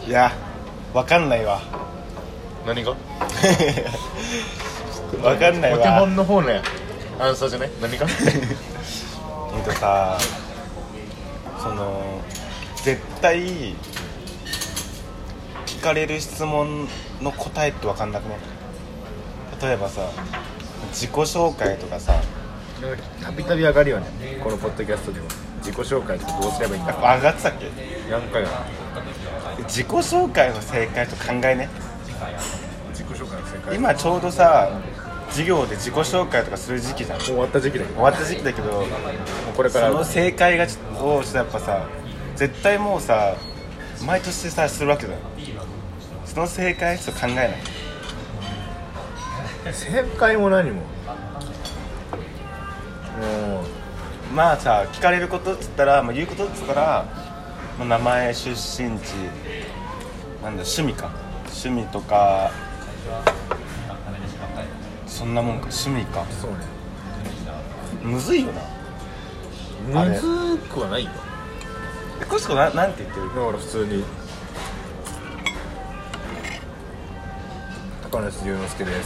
いやわかんないわ。 何がわかんないわ。 お手本の方のアンサーじゃない？何がさ、その絶対聞かれる質問の答えってわかんなくない？例えばさ、自己紹介とかさ、 たびたび上がるよね、このポッドキャストでも。自己紹介ってどうすればいいんだろう。 上がってたっけ？ 何回だ。 自己紹介の正解と考えね。 自己紹介の正解。 今ちょうどさ、授業で自己紹介とかする時期じゃん。 もう終わった時期だけど。 終わった時期だけど、もうこれからその正解がちょっとやっぱさ、絶対もうさ、毎年さするわけだよ。その正解ちょっと考えない。 正解も何も。もうまあさ、聞かれることっつったら、言うことっつったら、名前、出身地、なんだ、趣味か、趣味とか、そんなもんか、趣味か。 そうね。 むずいよな。 むずくはないよ。 コシコなんて言ってる？ だから普通に高梨龍之介です、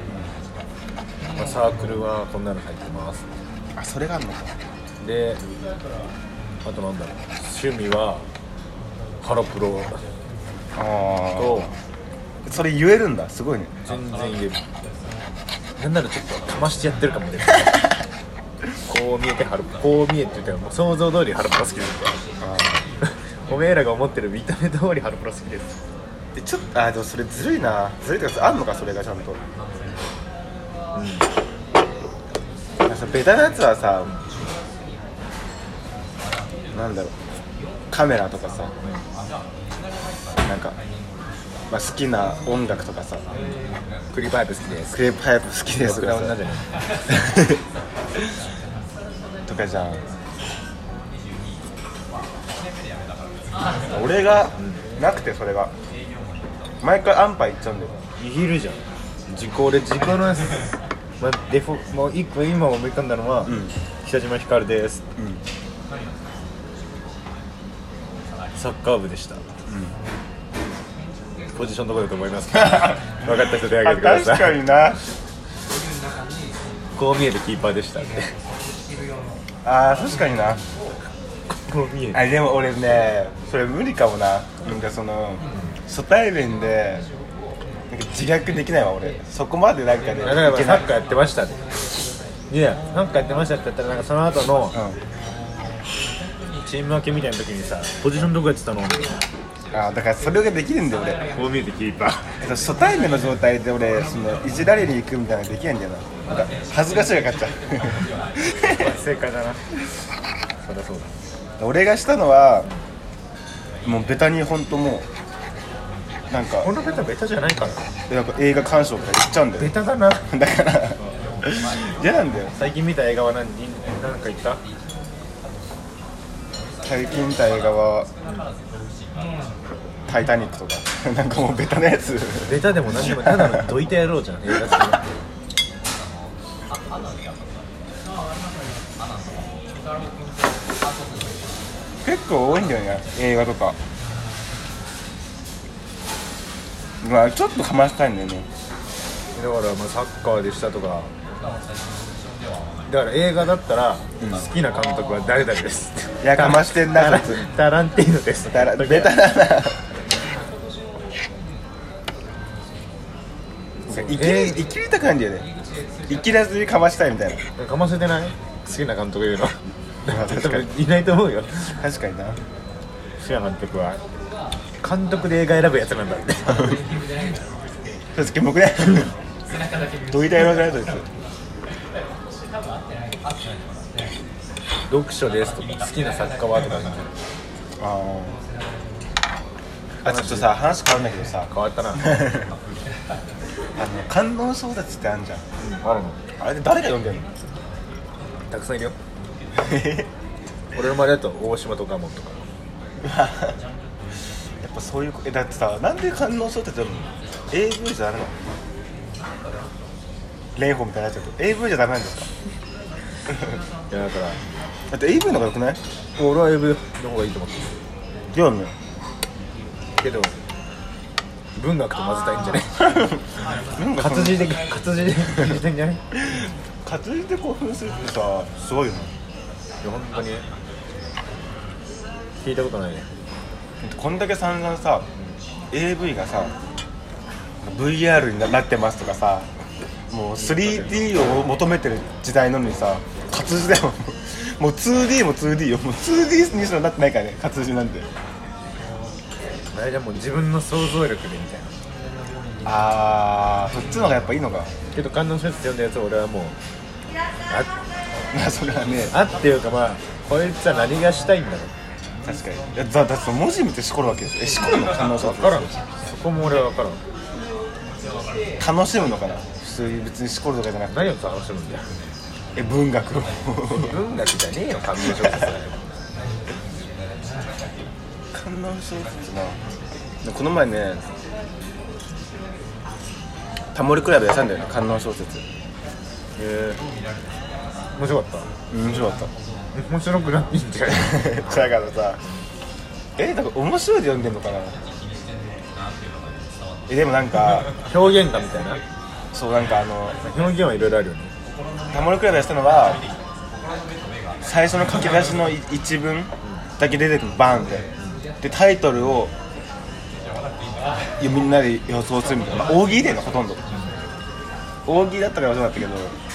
サークルはこんなの入ってます。 あ、それがあるのか。 で、あとなんだろう、趣味はハロプロと。 それ言えるんだ、すごいね。 全然言える。なんならちょっとかましてやってるかもねこう見えてハロプロ、こう見えて言ったらもう想像通りハロプロ好きなんでおめえらが思ってる見た目通りハロプロ好きです。 ちょっとでもそれずるいな。ずるいってか、あんのかそれがちゃんと。ベタなやつはさ、なんだろう、カメラとかさ、なんか、好きな音楽とかさ、 クリープハイプ好きです。 クレープハイプ好きですとかさ女じゃないとかじゃん。俺がなくて、それが毎回安牌いっちゃうんだよ。 いるじゃん。自己のやつ、デフォもう一個今思い浮かんだのは、北島ひかるです、サッカー部でした、ポジションどこだと思いますか分かった人であげてください。 確かにな。 こう見えてキーパーでしたって確かにな。 こう見えてでも俺ね、それ無理かもな。なんかその、初対面でなんか自虐できないわ俺。そこまでなんかね、 だからサッカーやってましたね。いや、サッカーやってましたって言ったら、なんかその後の、チーム分けみたいな時にさ、ポジションどこやってたのみたいな。 だからそれができるんだよ俺。 こう見えてキーパー初対面の状態で俺、そのいじられに行くみたいなのできないんだよな。なんか恥ずかしいが勝っちゃう正解だな。そりゃそうだ。 俺がしたのはもうベタに本当もうなんかこのベタじゃないからやっぱ映画鑑賞とか言っちゃうんだよ。 ベタだな。 だから嫌なんだよ。 最近見た映画は何か言った？ 最近見た映画はタイタニックとかなんかもうベタなやつ。 ベタでも何でもただのどいてやろうじゃん映画好きな。 結構多いんだよね、映画とか。ちょっとかましたいんだよね。 だからサッカーでしたとか。だから映画だったら、好きな監督は誰々です。 いや、かましてんなそいつ。 タランティーノです。 ベタだな。生きりた感じよね。生きらずにかましたいみたいな。 かませてない？好きな監督言うの確かにいないと思うよ。 確かにな。 好きな監督は監督で映画選ぶやつなんだって確かに僕ねどいたいわけないとです。 読書ですとか好きな作家はとかちょっとさ、話変わるんだけどさ、 変わったな観音小説ってあるじゃん、 あるの？ あれで誰が読んでんの？ たくさんいるよ俺の周りだと大島とかもんとかやっぱそういうだってさ、なんで観音小説読むの？ AV じゃダメなの？蓮舫みたいになっちゃうと AV じゃダメなんですか？ いやだからだって AV の方が良くない？ 俺は AV の方がいいと思ってる。 読むよ。 けど文学と混ぜたいんじゃない活字で聞いてんじゃない活字で興奮するってさすごいよな。 いや本当に聞いたことないね。 こんだけ散々さ、AV がさ VR になってますとかさ、もう 3D を求めてる時代なのにさ、活字だよもう 2D も 2D よ、もう 2D にすらなってないからね、活字なんて。 あれじゃもう自分の想像力でみたいな。 あー、そっちの方がやっぱいいのか。 けど観音小説読んだやつを俺はもうまあそれはね、 っていうか、まあこいつは何がしたいんだろう。 確かに。いやだって文字見てしこるわけですよ。しこるの観音小説。 分からん、そこも俺は分からん。 楽しむのかな、普通に別にしこるとかじゃなくて。 何を楽しむんだよ。 文学を文学じゃねえよ観音小説は。 観音小説な。この前ね、タモリクラブやったんだよね、観音小説。 面白かった。 面白かった。 面白くないんじゃないだからさ、だから面白いで読んでんのかな。でもなんか表現家みたいな。 そう、なんか表現はいろいろあるよね。 タモリクラブやったのは最初の書き出しの一文だけ出てくる、バーンってでタイトルをみんなで予想するみたいな、大喜利でのほとんど大喜利だったからそうだったけど、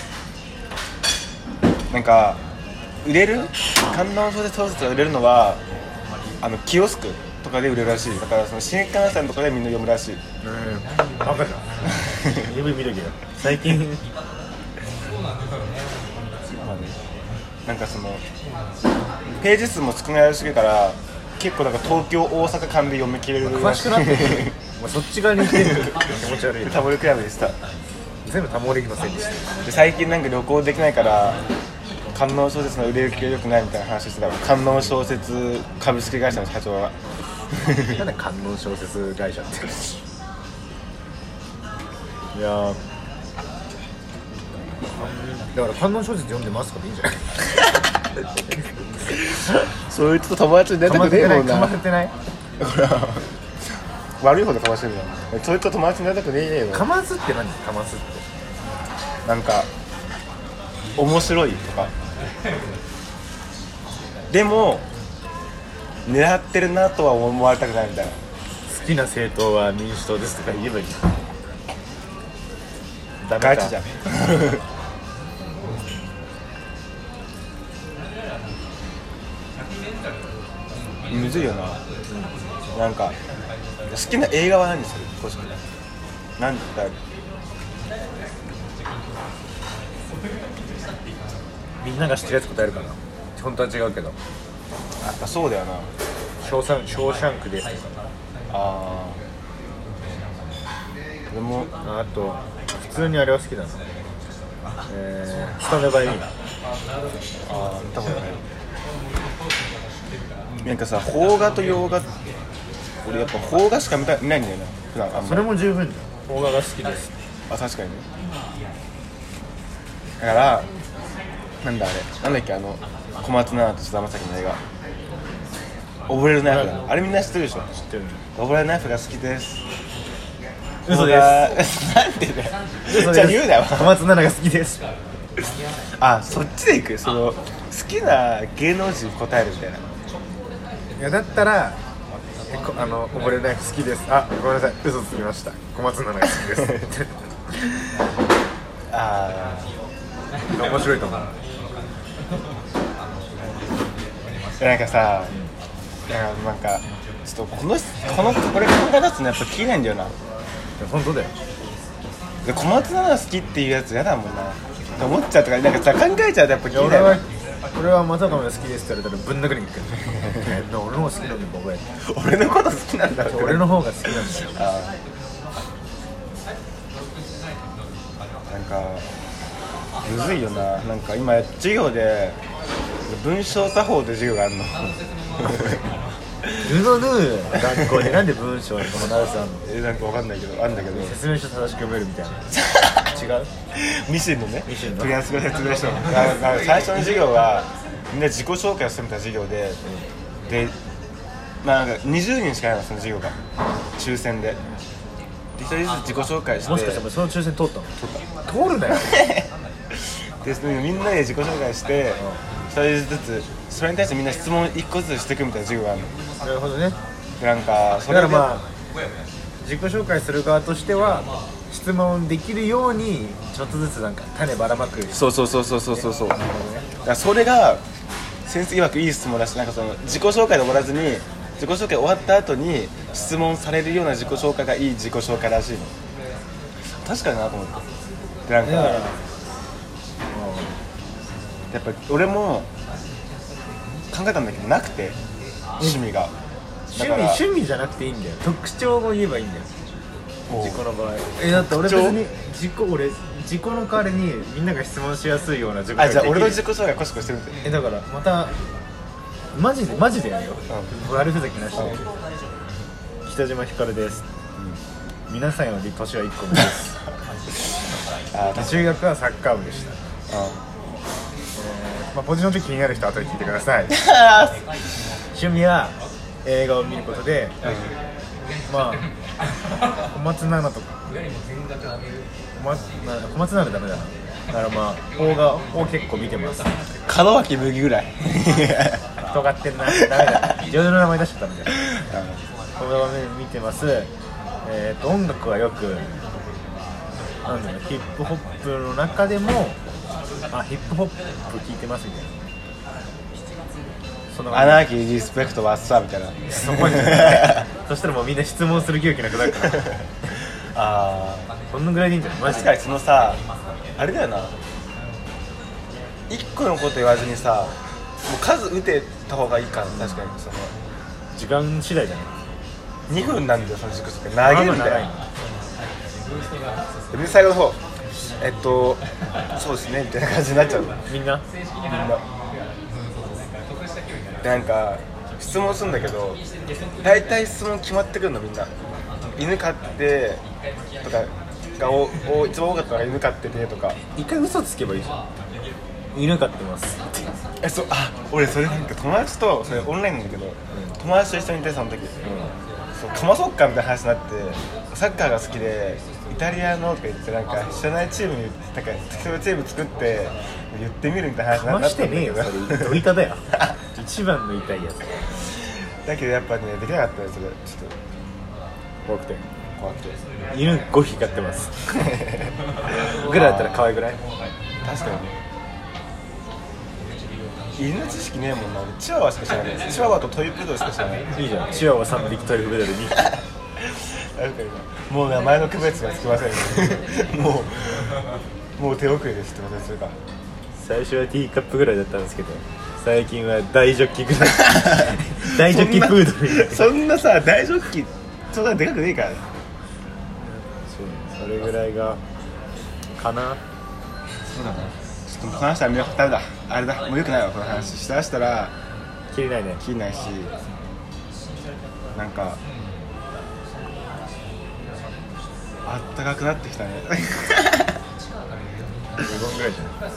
なんか売れる観音小説が売れるのはキオスクとかで売れるらしい。だからその新幹線とかでみんな読むらしい。 バカじゃん指見とけよ最近なんかそのページ数も少ないらしいから、結構なんか東京大阪間で読み切れる詳しくなってるそっち側に行ってる気持ち悪い。 タモリクラブでした。 全部タモリのせいにしてる。 で最近なんか旅行できないから観音小説の売れ行きが良くないみたいな話してた。観音小説株式会社の社長はなんで観音小説会社っていやー、だから観音小説読んでますかでいいんじゃないそういう人と友達になりたくねえもんな。 かませてない悪い方でかましてるの。そういう人と友達になりたくねえよ。 かますって何？かますってなんか面白いとかでも狙ってるなとは思われたくないみたいな。 好きな政党は民主党ですとか言えばいい。ダメかガチじゃんむずいよな。なんか好きな映画は何する？コシ君なんだろう。 みんなが知ってるやつ答えるかな。本当は違うけど。 やっぱそうだよな。 ショーシャンクですとか。 ああ。でもあと普通にあれは好きだな。スタンドバイミー。 ああ、見たことない。なんかさ、邦画と洋画、俺やっぱ邦画しか見ないんだよな普段あんまり。 それも十分じゃん。邦画が好きです。 あ、確かにね。だからなんだあれ、なんだっけ、小松菜奈と菅田将暉の映画溺れるナイフだ。あれみんな知ってるでしょ。 知ってる。 溺れるナイフが好きです。 嘘ですなんでだよ。じゃあ言うなよ。 小松菜奈が好きです。 あ、そっちでいく。その好きな芸能人答えるみたいな。 いやだったら溺れるナイフ好きです。あ、ごめんなさい、嘘つきました。小松菜奈が好きですあ面白いと思う。 なんかさ、なんかちょっとこれ考え出すのやっぱ聞いないんだよな。 本当だよ。 で小松菜奈好きっていうやつやだもんなって思っちゃうとか、なんかさ考えちゃうとやっぱ聞いないわ。 俺は正友が好きですって言われたらぶん殴りに行く俺の方が好きなんだよボケ。 俺のこと好きなんだって。 俺の方が好きなんだよ。 なんかむずいよな。なんか今授業で文章作法って授業があるの学校でなんで文章に友達さんのなんかわかんないけどあんだけど、 説明書正しく読めるみたいな違うミシンのね、 ミシンのフランス語で説明したの。だから最初の授業がみんな自己紹介をしてみた授業で、でまあなんか20人しかいないのその授業が抽選で1人ずつ自己紹介してもしかしたらその抽選通ったの？通るなよでみんなで自己紹介して1人ずつそれに対してみんな質問1個ずつしていくみたいな授業があるの。 なるほどね。 でなんかそれでだからまあ自己紹介する側としては質問できるようにちょっとずつなんか種ばらまく。 そうだからそれが先生曰くいい質問だし、なんかその自己紹介で終わらずに自己紹介終わった後に質問されるような自己紹介がいい自己紹介らしいの。確かになと思って。でなんかやっぱ俺も考えたんだけどなくて趣味が、 趣味じゃなくていいんだよ。特徴を言えばいいんだよ自己の場合。だって俺別に自己の代わりにみんなが質問しやすいような自己紹介できる。 じゃあ俺の自己紹介コシコシしてるんで。 だからまたマジでやるよ、悪ふざけなしで、北島ひかるです、皆さんより年は1個目です中学はサッカー部でした。まあ、ポジション的気になる人は後で聞いてください趣味は映画を見ることで、まあ小松菜奈とか小松菜奈ダメだな。だからまあ邦結構見てます。 門脇麦ぐらい尖ってんな、ダメだ女優の名前出しちゃったんでこの画面見てます。音楽はよくなんだろう、ヒップホップの中でもヒップホップ聴いてますみたいな。そのアナーキーリスペクトワッサーみたいなそこにそしたらもうみんな質問する勇気なくなるからそんなぐらいでいいんじゃない？マジで。 確かにそのさあれだよな、1個のこと言わずにさもう数打てた方がいいから。確かにその時間次第だね。 2分なんだよその軸投げるんだよ。で最後の方そうですねみたいな感じになっちゃうのみんなでなんか質問するんだけど大体質問決まってくるの。みんな犬飼ってとかが一番多かったのが犬飼っててとか。 一回嘘つけばいいじゃん。犬飼ってます俺それなんか友達とそれオンラインなんだけど、友達と一緒にいてその時、そうかまそっかみたいな話になって、サッカーが好きでイタリアのとか言ってなんか知らないチームになんか適当なチーム作って言ってみるみたいな話になったんだけど。 かましてねえよそれ。ドイタだよ一番の痛いやつだけどやっぱねできなかったよそれ。ちょっ怖くてと怖くて犬5匹飼ってますぐらいだったら可愛くない？ 確かに犬知識ねえもんな。俺チワワしか知らない。チワワとトイプードルしか知らない。 いいじゃん。チワワ3匹トイプードル2匹なんか今もう名前の区別がつきませんもう手遅れですってことするか。 最初はティーカップぐらいだったんですけど最近は大ジョッキぐらい大ジョッキプードルみたいな。 そんなさ大ジョッキそんなでかくねえからね。 それぐらいがかな。 そうだな。ちょっと話したらダメだ。あれだもうよくないわこの話しだしたら切れないね。 切れないしなんかあったかくなってきたね 15分ぐらいじゃない？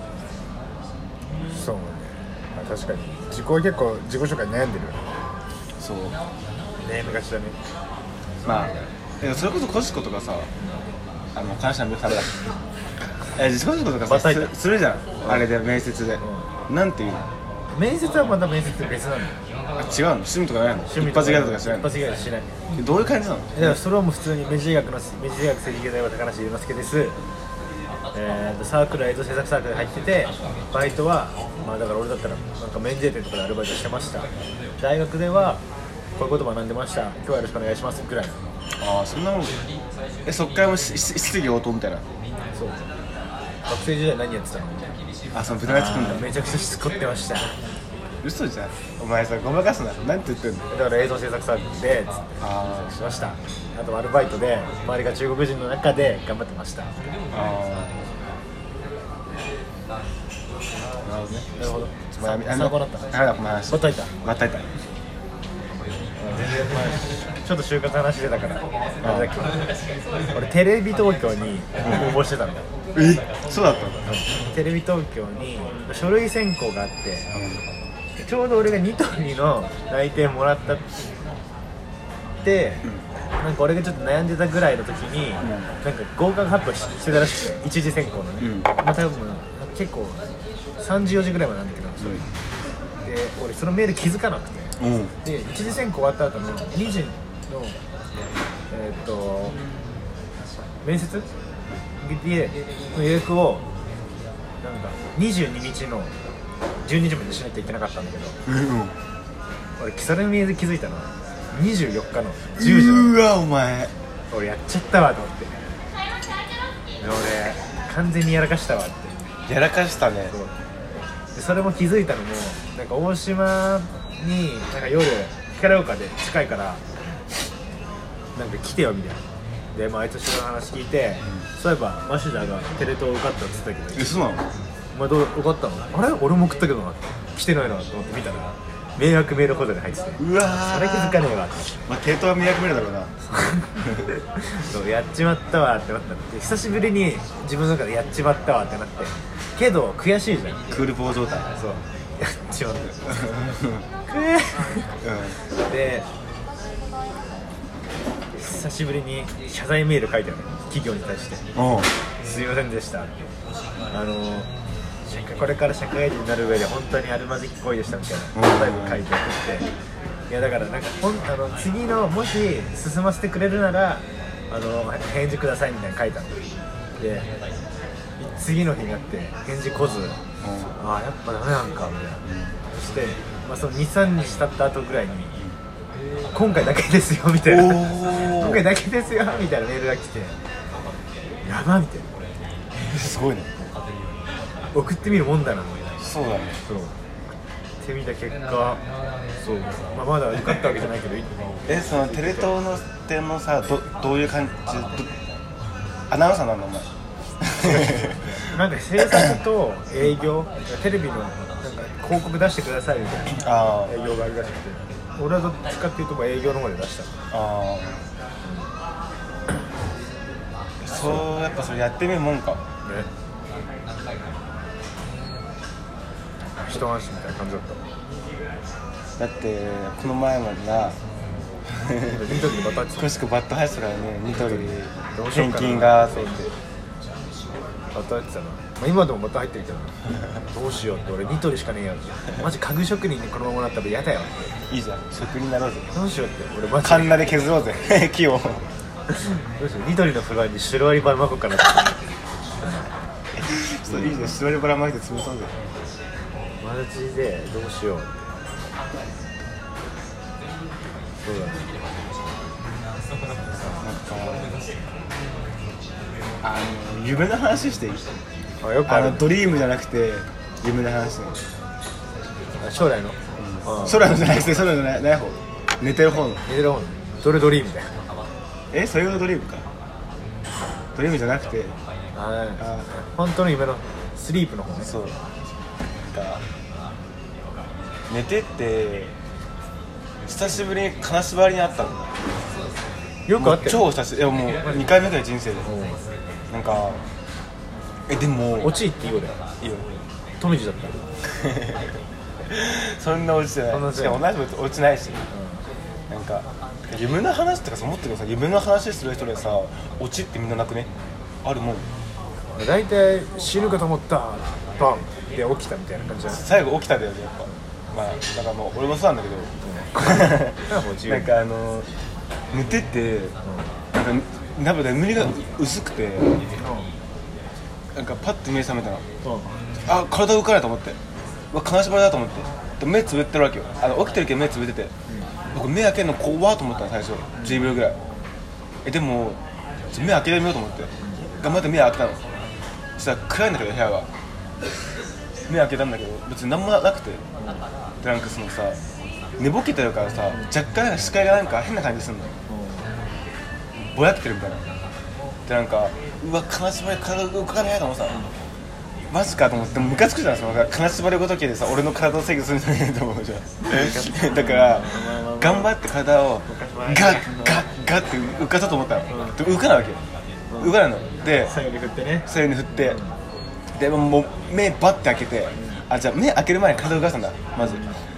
そうね、まあ、確かに結構自己紹介悩んでる。 そう悩みがちだね。 まあそれこそコシコとかさ感謝の食べだ自己紹介とかさするじゃん、あれで面接で、なんていうの？ 面接はまた面接って別なの。 違うの？趣味とかないの？一発ギャルとかしないの？ 一発ギャルしない。 どういう感じなの？ だからそれはもう普通に明治大学政治系大学高梨龍之介です。サークル映像制作サークルに入ってて、バイトはまあだから俺だったらなんか免税店とかでアルバイトしてました。大学ではこういうこと学んでました。今日はよろしくお願いしますぐらいの。 そんなもん。そっからも質疑応答みたいな。 そう。学生時代何やってたの？ その豚がつくんだ。 めちゃくちゃしつこってました。 嘘じゃん。お前さごまかすな。なんて言ってんの？ だから映像制作サークルでしました。あとアルバイトで周りが中国人の中で頑張ってました。なるほど。参考になった。 またいた。全然ちょっと就活話してたから俺テレビ東京に応募してたんだ。 そうだったんだ。 テレビ東京に書類選考があって、 ちょうど俺がニトリの内定もらったって、なんか俺がちょっと悩んでたぐらいの時に、なんか合格発表してたらしくて、一次選考のね、まあ多分結構3時4時ぐらいまでなんだけど、で俺そのメール気づかなくて、で一次選考終わった後の2時の面接で予約をなんか22日の12時までしなきゃいけなかったんだけど、俺それのメールで気づいたのは24日の10時。 うわお前俺やっちゃったわと思って、俺完全にやらかしたわって。 やらかしたね。 でそれも気づいたのもなんか大島になんか夜カラオケで近いからなんか来てよみたいな。で毎年の話聞いて、そういえばマシダがテレ東受かったって言ってたけど、 嘘なの？ お前どう受かったの？あれ俺も送ったけどな、来てないなと思って見たら迷惑メール保存に入ってて、 うわーそれ気づかねえわって。 まあテレ東は迷惑メールだろうな。 そうやっちまったわってなったって、久しぶりに自分の中でやっちまったわってなって、けど悔しいじゃん。 クールポー状態。 そうやっちまったで久しぶりに謝罪メール書いてある、企業に対して。すいませんでしたって、これから社会人になる上で本当にあるまじき行為でしたみたいな答えも書いてあって、いやだからなんか次のもし進ませてくれるなら返事くださいみたいに書いたので、次の日になって返事来ず、ああやっぱダメなんかみたいな。そして、まあ、その 2,3 日経った後ぐらいに今回だけですよみたいな今回だけですよみたいなメールが来て、やばみたいな。 すごいね。 送ってみるもんだな。 そうだね。 そう送ってみた結果、そう、まあ、まだ受かったわけじゃないけど、 そのテレ東の点のさ、どういう感じ、アナウンサーなんだお前。 なんか制作と営業、テレビのなんか広告出してくださいみたいな営業があるらしくて、俺はどっちかっていうと営業の方で出した。 そうやっぱそれやってみるもんかね。 一安心みたいな感じだった。 だってこの前までなニトリでバット入ってた。 少しくバット入ってたからね、ニトリ返金がそうってバット入ってたな。まあ、今でもバット入ってるけどどうしようって、俺ニトリしかねえやってマジ家具職人にこのままなったら嫌だよって。 いいじゃん、職人になろうぜ。 どうしようって、俺マジカンナで削ろうぜ木を。 どうしよう、ニトリのフロアにシロアリバラまこうかなってそういいじゃん、シロアリバラ巻いて潰そうぜ。 マジでどうしようって。そうだね。 なんか夢の話していい？ よくあるドリームじゃなくて夢の話ね。 将来の、 空のじゃなくて、空のじゃない方、寝てる方の。 寝てる方のドリームだよ。 それがドリームか。ドリームじゃなくて本当の夢のスリープの方ね。 そう寝てって久しぶりに金縛りに会ったんだ。 よくあって超久しぶり。いやもう2回目くらい人生で。なんかでも落ちっていいよね。 いいよ。 富士だったそんな落ちてない。しかも同じこと落ちないし、なんか夢の話とかさ、思ってるけどさ、夢の話する人でさ、落ちってみんななくね？あるもん。 大体死ぬかと思ったバンで起きたみたいな感じじゃない？ 最後起きたんだよね、やっぱ。まあだからもう俺もそうなんだけど、なんか寝てて、なんか眠りが薄くて、なんかパッと目覚めたの。あ、体動かないと思って、金縛りだと思って、目つぶってるわけよ。起きてるけど目つぶってて、僕目開けるの怖っと思ったの最初10秒ぐらい。でも目開けてみようと思って頑張って目開けたの。そしたら暗いんだけど部屋が。目開けたんだけど別に何もなくて、でなんかそのさ、寝ぼけてるからさ、若干なんか視界がなんか変な感じするの。ぼやけてるみたいな。でなんかうわ、金縛り体動かないと思ってさ、マジかと思って、ムカつくじゃん。その金縛りごときでさ、俺の体を制御するんじゃないと思うじゃん。だから頑張って体をガッガッガッって浮かそうと思ったの。で浮かないわけよ。浮かないので左右に振ってね。 左右に振って、でもう目バッて開けて、じゃあ目開ける前に体を動かすんだまず。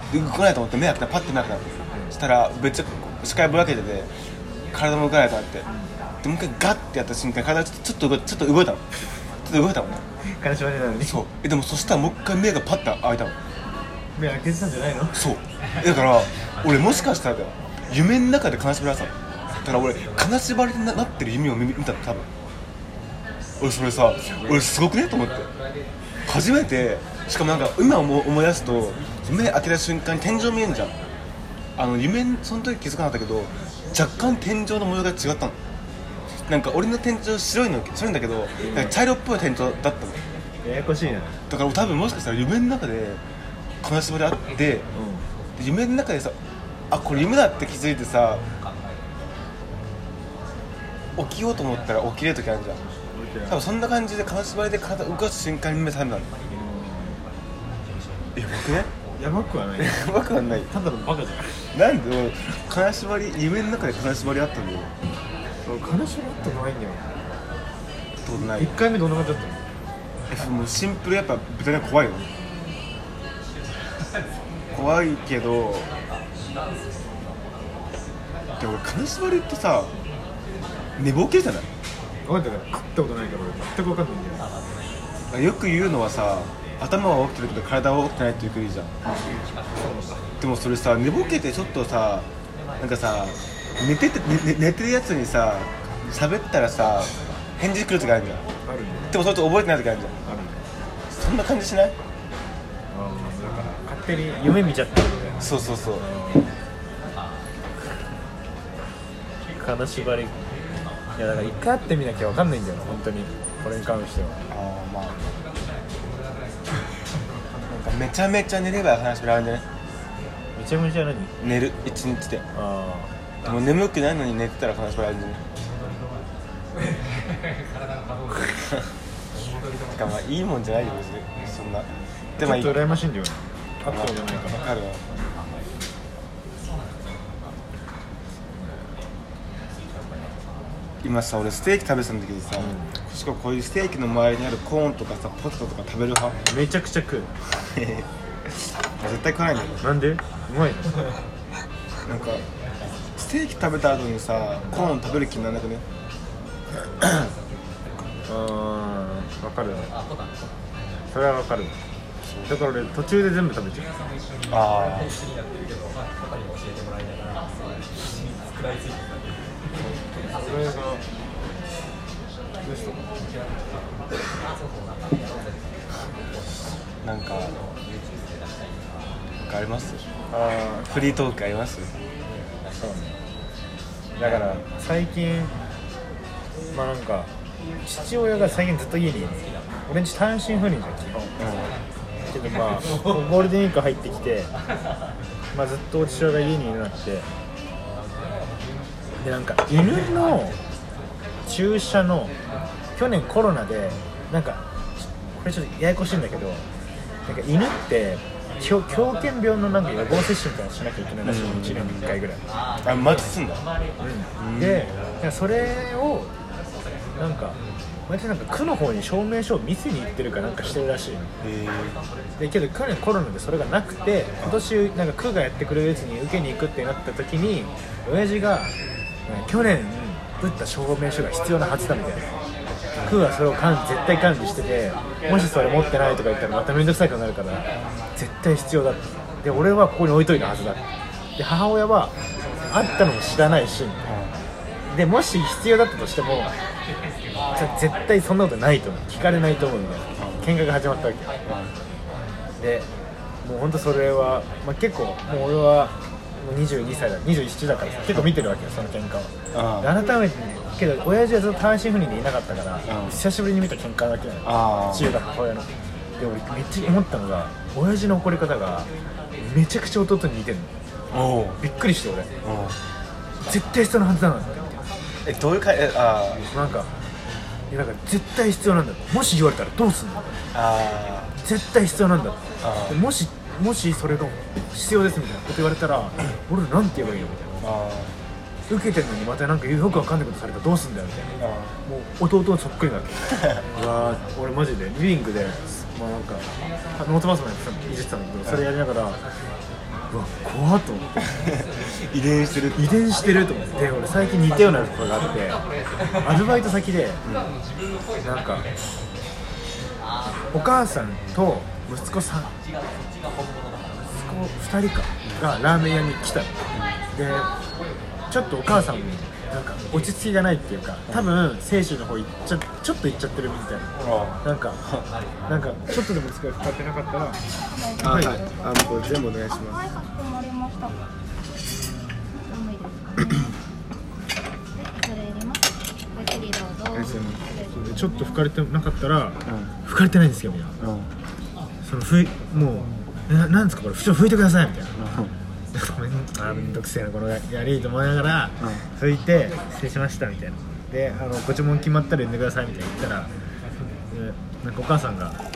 で動かないと思って目開けたらパッて目開けたの、そしたらめっちゃ視界ぼやけてて体も動かないとなって、でもう一回ガッてやった瞬間体がちょっと動いたの、ちょっと動いたのね。 金縛りなのに。 そうでもそしたらもう一回目がパッて開いたの。 目開けてたんじゃないの？ そうだから俺もしかしたらだよ、夢の中で金縛りだったの。だから俺金縛りになってる夢を見たの多分。俺それさ、俺すごくねと思って初めて。しかもなんか今思い出すと目開けた瞬間に天井見えんじゃん。夢その時気づかなかったけど若干天井の模様が違ったの。なんか俺の天井白いんだけど、なんか茶色っぽい天井だったの。 ややこしいな。 だから多分もしかしたら夢の中で金縛りあって、夢の中でさ、あこれ夢だって気づいてさ、起きようと思ったら起きれる時あるじゃん。多分そんな感じで金縛りで体動かす瞬間に目覚めたの。やばくね？ やばくはない。 やばくはない。 ただのバカじゃん。 なんで金縛り、夢の中で金縛りあったんだよ。 金縛りあったのないんだよ。 ってことない。 1回目どんな感じだったの？ もうシンプルやっぱ豚が怖いよ。怖いけど、でも俺金縛りってさ寝ぼけじゃない？ 分かったから食ったことないから全く分かんないんだよ。 よく言うのはさ、頭は起きてるけど体は起きてないってよく言うじゃん。でもそれさ、寝ぼけてちょっとさ、なんかさ寝てるやつにさ喋ったらさ返事来る時あるじゃん。 あるね。 でもそれと覚えてない時あるじゃん。 あるね。 そんな感じしない？ だから勝手に夢見ちゃってるみたいな。 そうそうそう。 金縛り、いやだから一回会ってみなきゃ分かんないんだよな本当にこれに関しては。 まあなんかめちゃめちゃ寝れば話があるんじゃない？ めちゃめちゃ何？ 寝る一日で。 あもう眠くないのに寝てたら話があるんじゃない？てかまあいいもんじゃないよ別にそんな。でもちょっと羨ましいんだよね。会ったことないから。 分かるわ。今さ俺ステーキ食べてたんだけどさ、しかもこういうステーキの周りにあるコーンとかさポテトとか食べる派？ めちゃくちゃ食う。 絶対食わないんだよ。 なんで？うまいの？ なんかステーキ食べた後にさコーン食べる気にならなくね？ 分かるね。それは分かる。だから俺途中で全部食べちゃう。 ああそれがベスト。 なんかあります？フリートークあります？ そうね。だから最近まあなんか父親が最近ずっと家にいる。俺んち単身赴任じゃん基本。けどまあゴールデンウィーク入ってきて、まあずっと父親が家にいるなって。でなんか犬の注射の去年コロナでなんかこれちょっとややこしいんだけど、なんか犬って狂犬病のなんか予防接種みたいなのしなきゃいけないらしい、1年に1回ぐらい。 あ、マジすんだ。 でそれをなんか毎年なんか区の方に証明書を見せに行ってるかなんかしてるらしいの。でけど去年コロナでそれがなくて、今年なんか区がやってくれるやつに受けに行くってなった時に親父が去年打った証明書が必要なはずだみたいな。区はそれを絶対管理してて、もしそれ持ってないとか言ったらまた面倒くさいことになるから絶対必要だって。で俺はここに置いといたはずだって。で母親はあったのも知らないし、でもし必要だったとしても絶対そんなことないと思う、聞かれないと思うみたいな喧嘩が始まったわけで、もうほんとそれは、まあ、結構もう俺はもう22歳だ21だから結構見てるわけよその喧嘩は。改めてけど親父はずっと単身赴任でいなかったから、久しぶりに見た喧嘩だけなの、父親と母親の。で俺めっちゃ思ったのが親父の怒り方がめちゃくちゃ弟に似てるの。びっくりして俺、絶対必要なはずだなってどういうかなんか絶対必要なんだ、もし言われたらどうすんの、絶対必要なんだって。もしそれが必要ですみたいなこと言われたら俺らなんて言えばいいのみたいな。受けてるのにまたなんかよくわかんないことされたらどうすんだよみたいな。もう弟とそっくりになってうわー俺マジでリビングでまあなんかノートパソコンいじってたんだけど、それやりながらうわ怖っと思って遺伝してる。 遺伝してると思って。俺最近似たようなことがあって、アルバイト先で、なんかお母さんと息子さん、息子2人かがラーメン屋に来たの、でちょっとお母さんもなんか落ち着きがないっていうか、多分清州の方ちょっと行っちゃってるみたいな、なんかちょっとでも使い使ってなかったら、 はい、もう全部お願いします。 はい、かしこまりました。寒いですかね。恐れ入ります。ごゆっくりどうぞ。 ちょっと拭かれてなかったら、拭かれてないんですけどみたいな、そのもうなんですかこれ拭いてくださいみたいな、めんどくせえなこのやりと思いながら、拭いて失礼しましたみたいな、でご注文決まったら呼んでくださいみたいな言ったら、なんかお母さんがなんか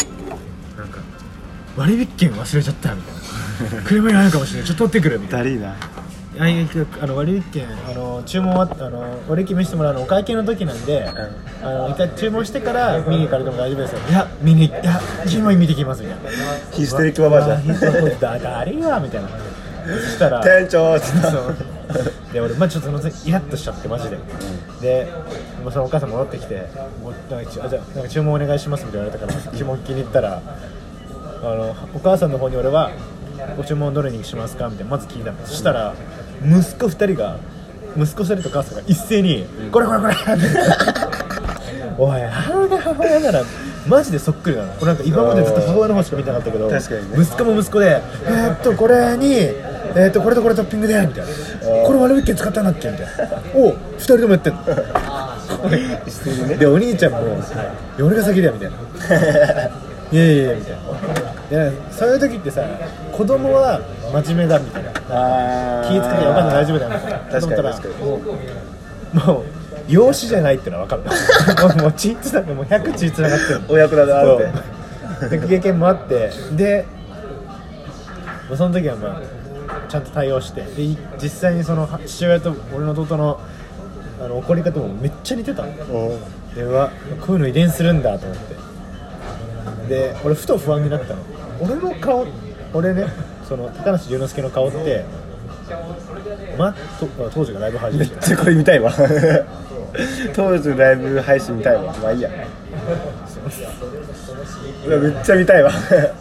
割引券忘れちゃったみたいな車にあるかもしれない、ちょっと取ってくるみたいな。 ダリーな。 割引券注文は割引見せてもらうのお会計の時なんで、一回注文してから見に行かれても大丈夫ですよ。いや注文見てきますみたいな。 ヒステリックババアじゃん。 誰やみたいな。そしたら店長ってで俺ちょっとイラッとしちゃってマジで、でそのお母さん戻ってきてじゃあなんか注文お願いしますみたいな言われたから注文気に入ったらお母さんの方に俺はご注文どれにしますかみたいなまず聞いたの。そしたら息子2人が2人と母さんが一斉にこれっておい母親ならマジでそっくりなの。これなんか今までずっと母親の方しか見てなかったけど、 確かにね、 息子も息子でこれにこれとこれトッピングでみたいな、これ割引券使ったんだっけみたいな、お2人ともやってんのでお兄ちゃんも俺が先だよみたいないやみたいな。でそういう時ってさ、子供は真面目だみたいな、気ぃつけてお母さん大丈夫だよみたいな、 確かにもう養子じゃないってのは分かるもう血つながってもう100血つながってる親子だなって経験もあって、でその時はちゃんと対応して、で実際にその父親と俺の弟の怒り方もめっちゃ似てたの。でこういうの遺伝するんだと思って、で俺ふと不安になったの。俺ね、その高梨龍之介の顔って当時がライブ配信めっちゃこれ見たいわ当時のライブ配信見たいわ。まあいいやめっちゃ見たいわ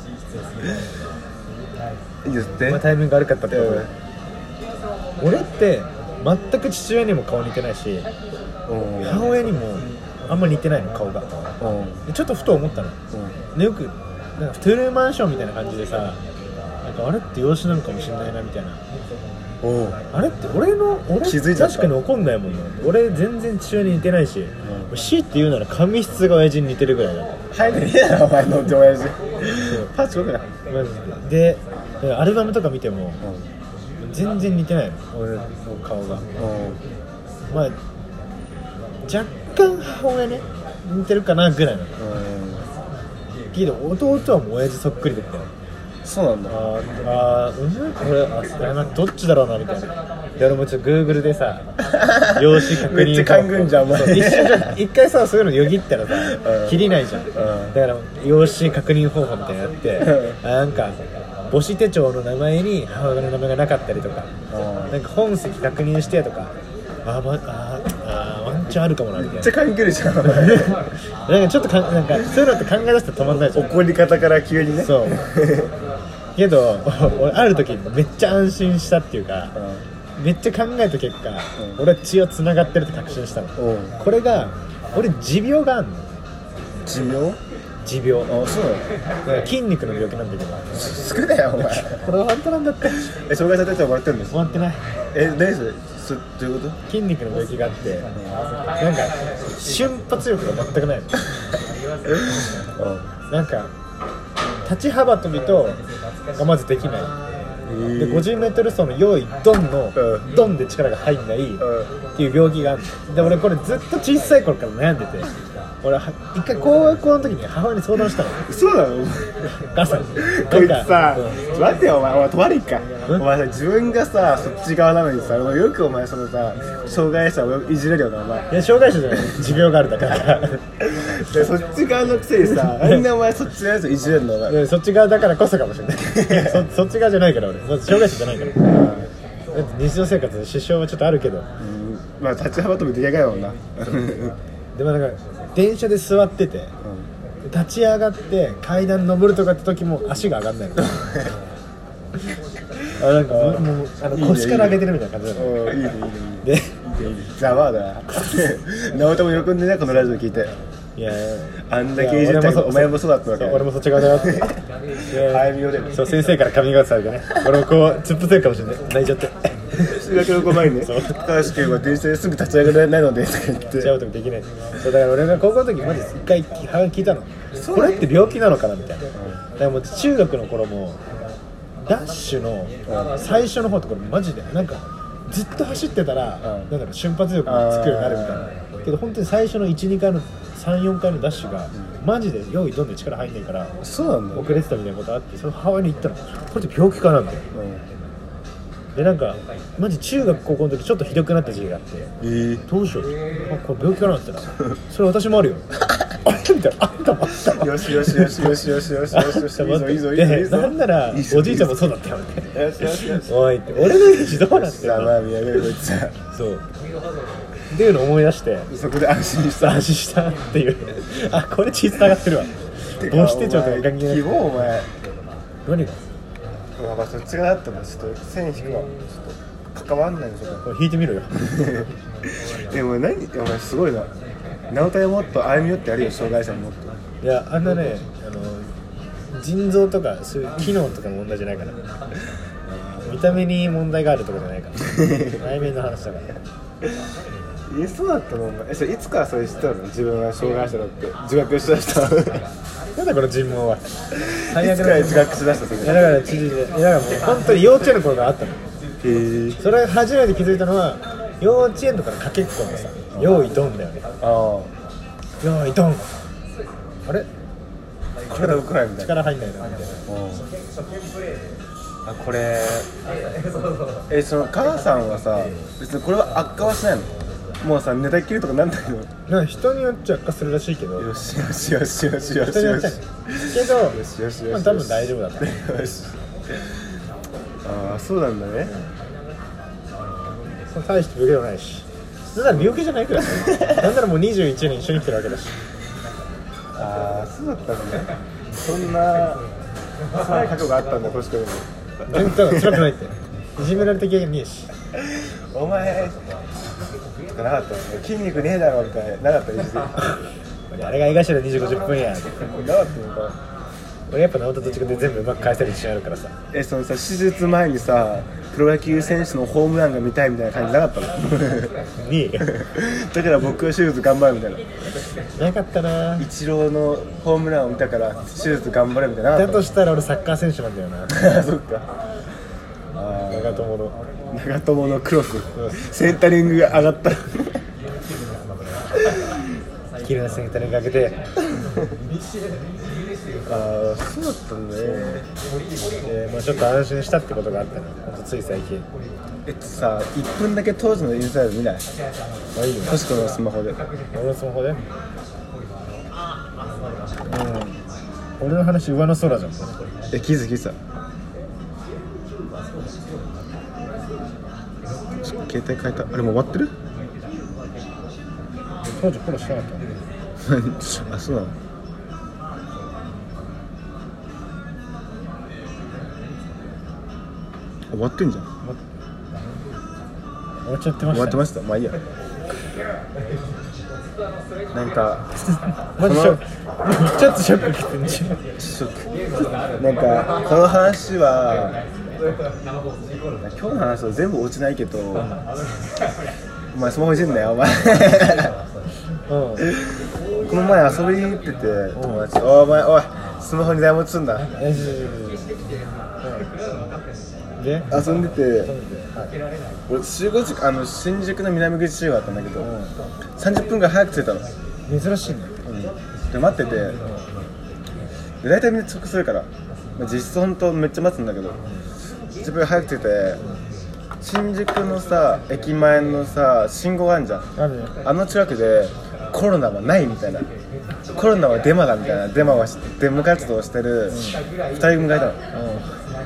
言って、 タイミング悪かったってことで、俺って全く父親にも顔似てないし、母親にもあんま似てないの顔が。でちょっとふと思ったの、でよくなんかトゥルーマンションみたいな感じでさ、なんかあれって養子なのかもしれないなみたいな、あれって俺気づいちゃった。 確かに怒んないもんね。俺全然父親に似てないし、強いて言うなら髪質が親父に似てるぐらいだ。 早くねえだろお前のって親父パッチよくないマジで。アルバムとか見ても、全然似てないの俺の顔が。まあ若干母親ね似てるかなぐらいなの。けど弟はもう親父そっくりだったよ。 そうなんだ。 俺どっちだろうなみたいな。で俺もちょっと Google でさ養子確認めっちゃ勘ぐんじゃんお前一回さそういうのよぎったらさ切りないじゃん。だから養子確認方法みたいなのやってなんか母子手帳の名前に母親の名前がなかったりとか、なんか本籍確認してとか、ワンチャンあるかもなみたいな。 めっちゃ勘ぐるじゃんなんかちょっとなんかそういうのって考え出したら止まんないじゃん。 怒り方から急にね。 そうけど俺ある時めっちゃ安心したっていうか、めっちゃ考えた結果、俺は血をつながってるって確信したの。これが俺持病があるの。持病。 そうなの。 筋肉の病気なんだけど。 少ないよお前これは本当なんだって。 障害者手帳もらってるんです。 もらってない。 何それどういうこと。 筋肉の病気があって、なんか瞬発力が全くないのなんか立ち幅跳びとがまずできない。で 50m 走の用意ドンのドンで力が入んないっていう病気があるの。で俺これずっと小さい頃から悩んでて、俺一回高校の時に母親に相談したの。 そうなの。 母さんこいつさ、待ってよお前止まりっか。お前さ自分がさそっち側なのにさ、よくお前そのさ障害者をいじれるよなお前。 いや障害者じゃない持病があるだからでそっち側のくせにさあんなお前そっちのやついじれるのお前。 そっち側だからこそかもしれないそっち側じゃないから俺まず障害者じゃないからだって日常生活で支障はちょっとあるけど、 まあ立ち幅跳びできないもんなでもなんか電車で座ってて、立ち上がって階段登るとかって時も足が上がんないのなんかもう腰から上げてるみたいな感じなの。 いいねでざわだ直人も喜んでねこのラジオ聞いていやあんだけいじったけどお前もそうだったわけ俺もそっち側だよって歩み寄れるそう先生からカミングアウトされてね俺もこう突っ伏せるかもしれない泣いちゃって修学旅行前にねそう高橋君は電車ですぐ立ち上がれないのでとか言って違うとできないそうだから俺が高校の時マジ一回聞いたのこれって病気なのかなみたいなだからもう中学の頃もダッシュの最初の方ところマジでなんかずっと走ってたらなんだろう瞬発力がつくようになるみたいなけど本当に最初の 1,2 回の 3,4 回のダッシュがマジで用意どんどん力入んないからそうなんだよ、 遅れてたみたいなことあってその母親に言ったのこれって病気かなみたいなでなんかマジ中学高校の時ちょっとひどくなった時期があってどうしようあこれ病気かなって言ったらそれ私もあるよあれみたいなあったもあったよしよしよしよしよしよしよしよしいいぞいいぞいいぞいいぞなんならおじいちゃんもそうだったよみたいなよしよしよしおいって俺のイメージどうなってるさあまあの見上げるこいつさそうっていうのを思い出してそこで安心した安心したっていうあこれ血つながってるわ母子手帳とか関係ない希望お前何がまあそっちがだったらちょっと線引くわちょっと関わんないよそここれ引いてみろよでも何お前すごいな直人はもっと歩み寄ってやるよ障害者にもっといやあんなね腎臓とかそういう機能とかの問題じゃないから見た目に問題があるとかじゃないから内面の話だからそうだったのお前それいつからそれ知ったの自分は障害者だって自覚しだしたなんだこの尋問は最悪いつから自覚しだしたそれいやだから知事でいやだからもう本当に幼稚園の頃があったのへえそれ初めて気づいたのは幼稚園とかのかけっこのさ用意ドンだよねあ用意ドンあれあ体動かないみたいな力入んないなみたいなあこれその母さんはさ別にこれは悪化はしないのもうさ寝たきりとかなんだけどなんか人によっちゃ悪化するらしいけどよしよしよしよしよし人によっちゃねけどよしよしよしまあ多分大丈夫だと思うよしああそうなんだね大して病気でもないしだから病気じゃないくらいなんならもう21年一緒に来てるわけだしああそうだったのねそんな辛い過去があったんだ確かに全然辛くないっていじめられた経験ねえしお前とかなかったの筋肉ねえだろみたいななかったりしてあれが江頭2時50分やなかったのか俺やっぱ直人と違って全部うまく返せる自信あるからさそのさ手術前にさプロ野球選手のホームランが見たいみたいな感じなかったのにだから僕は手術頑張るみたいななかったなイチローのホームランを見たから手術頑張れみたいなだとしたら俺サッカー選手なんだよなそっか長友の長友のクロスセンタリングが上がった綺麗なセンタリングかけてああそうだったんだねまあちょっと安心したってことがあったのほんとつい最近さ1分だけ当時のインスタイル見ないまあいいよトシコのスマホで俺のスマホで俺の話上の空じゃん気づきさ携帯変えたあれもう終わってる当時フォローしてなかったあそうなの終わってんじゃん終わっちゃってました、ね、 終わってましたまあいいやなんかマジショックちょっとショック受けてんじゃんなんかこの話は今日の話は全部落ちないけど、お前スマホいじんなよお前この前遊びに行ってて友達とお前おいスマホに台持ちすんだで遊んでて俺集合時間新宿の南口集合だったんだけど30分ぐらい早く着いたの珍しいねで待っててで大体みんな遅刻するから、実質ほんとめっちゃ待つんだけど10分早く着いて新宿のさ駅前のさ信号あんじゃんあるねあの近くでコロナはないみたいなコロナはデマだみたいなデマ活動をしてる2人組がいたの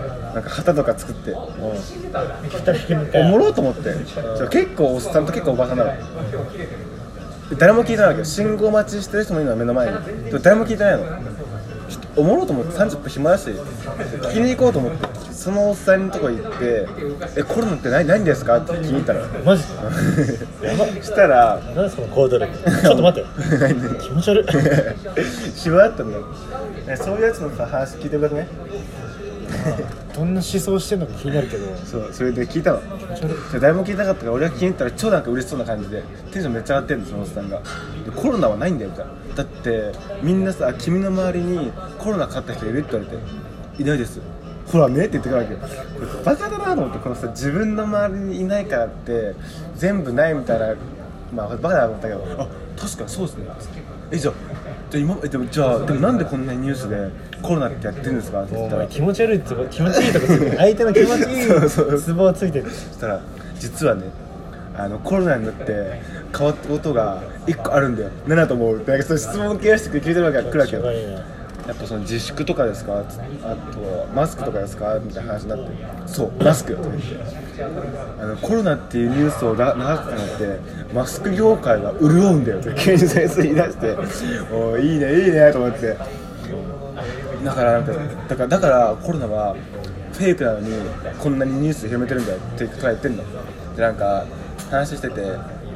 なんか旗とか作って二人組かおもろうと思って、結構おっさんと結構おばさんなの。誰も聞いてないわけよ。信号待ちしてる人もいるのは目の前に。でも誰も聞いてないの。おもろうと思って30分暇だし聞きに行こうと思ってそのおっさんのとこ行ってコロナって何ですかって聞きに行ったらマジやばしたら何その行動力ちょっと待って気持ち悪い暇だったんだよ。そういうやつのさ話聞いてくれたね。 どんな思想してんのか気になるけどそうそれで聞いたの。誰も聞いてなかったから俺が聞きに行ったら超なんか嬉しそうな感じでテンションめっちゃ上がってるんですそのおっさんが。でコロナはないんだよみたいな。だってみんなさ君の周りにコロナかかった人いるって言われていないですほらねって言ってくるわけよ。これバカだなと思ってこのさ自分の周りにいないからって全部ないみたいなまあバカだなと思ったけどあ確かにそうですねじゃあでもなんでこんなにニュースでコロナってやってるんですかって言ったら気持ち悪いって気持ちいいとかついてる相手の気持ちいいツボをついてる。 そしたら実はねコロナになって変わったことが1個あるんだよ。何だと思うってなんかその質問系して聞いてるわけが来るわけよ。やっぱその自粛とかですかあとマスクとかですかみたいな話になってそうマスクとか言ってコロナっていうニュースを流すってなってマスク業界が潤うんだよって急に先生言い出しておいいねいいねと思ってだからコロナはフェイクなのにこんなにニュースで広めてるんだよって言ってんのでなんか話してて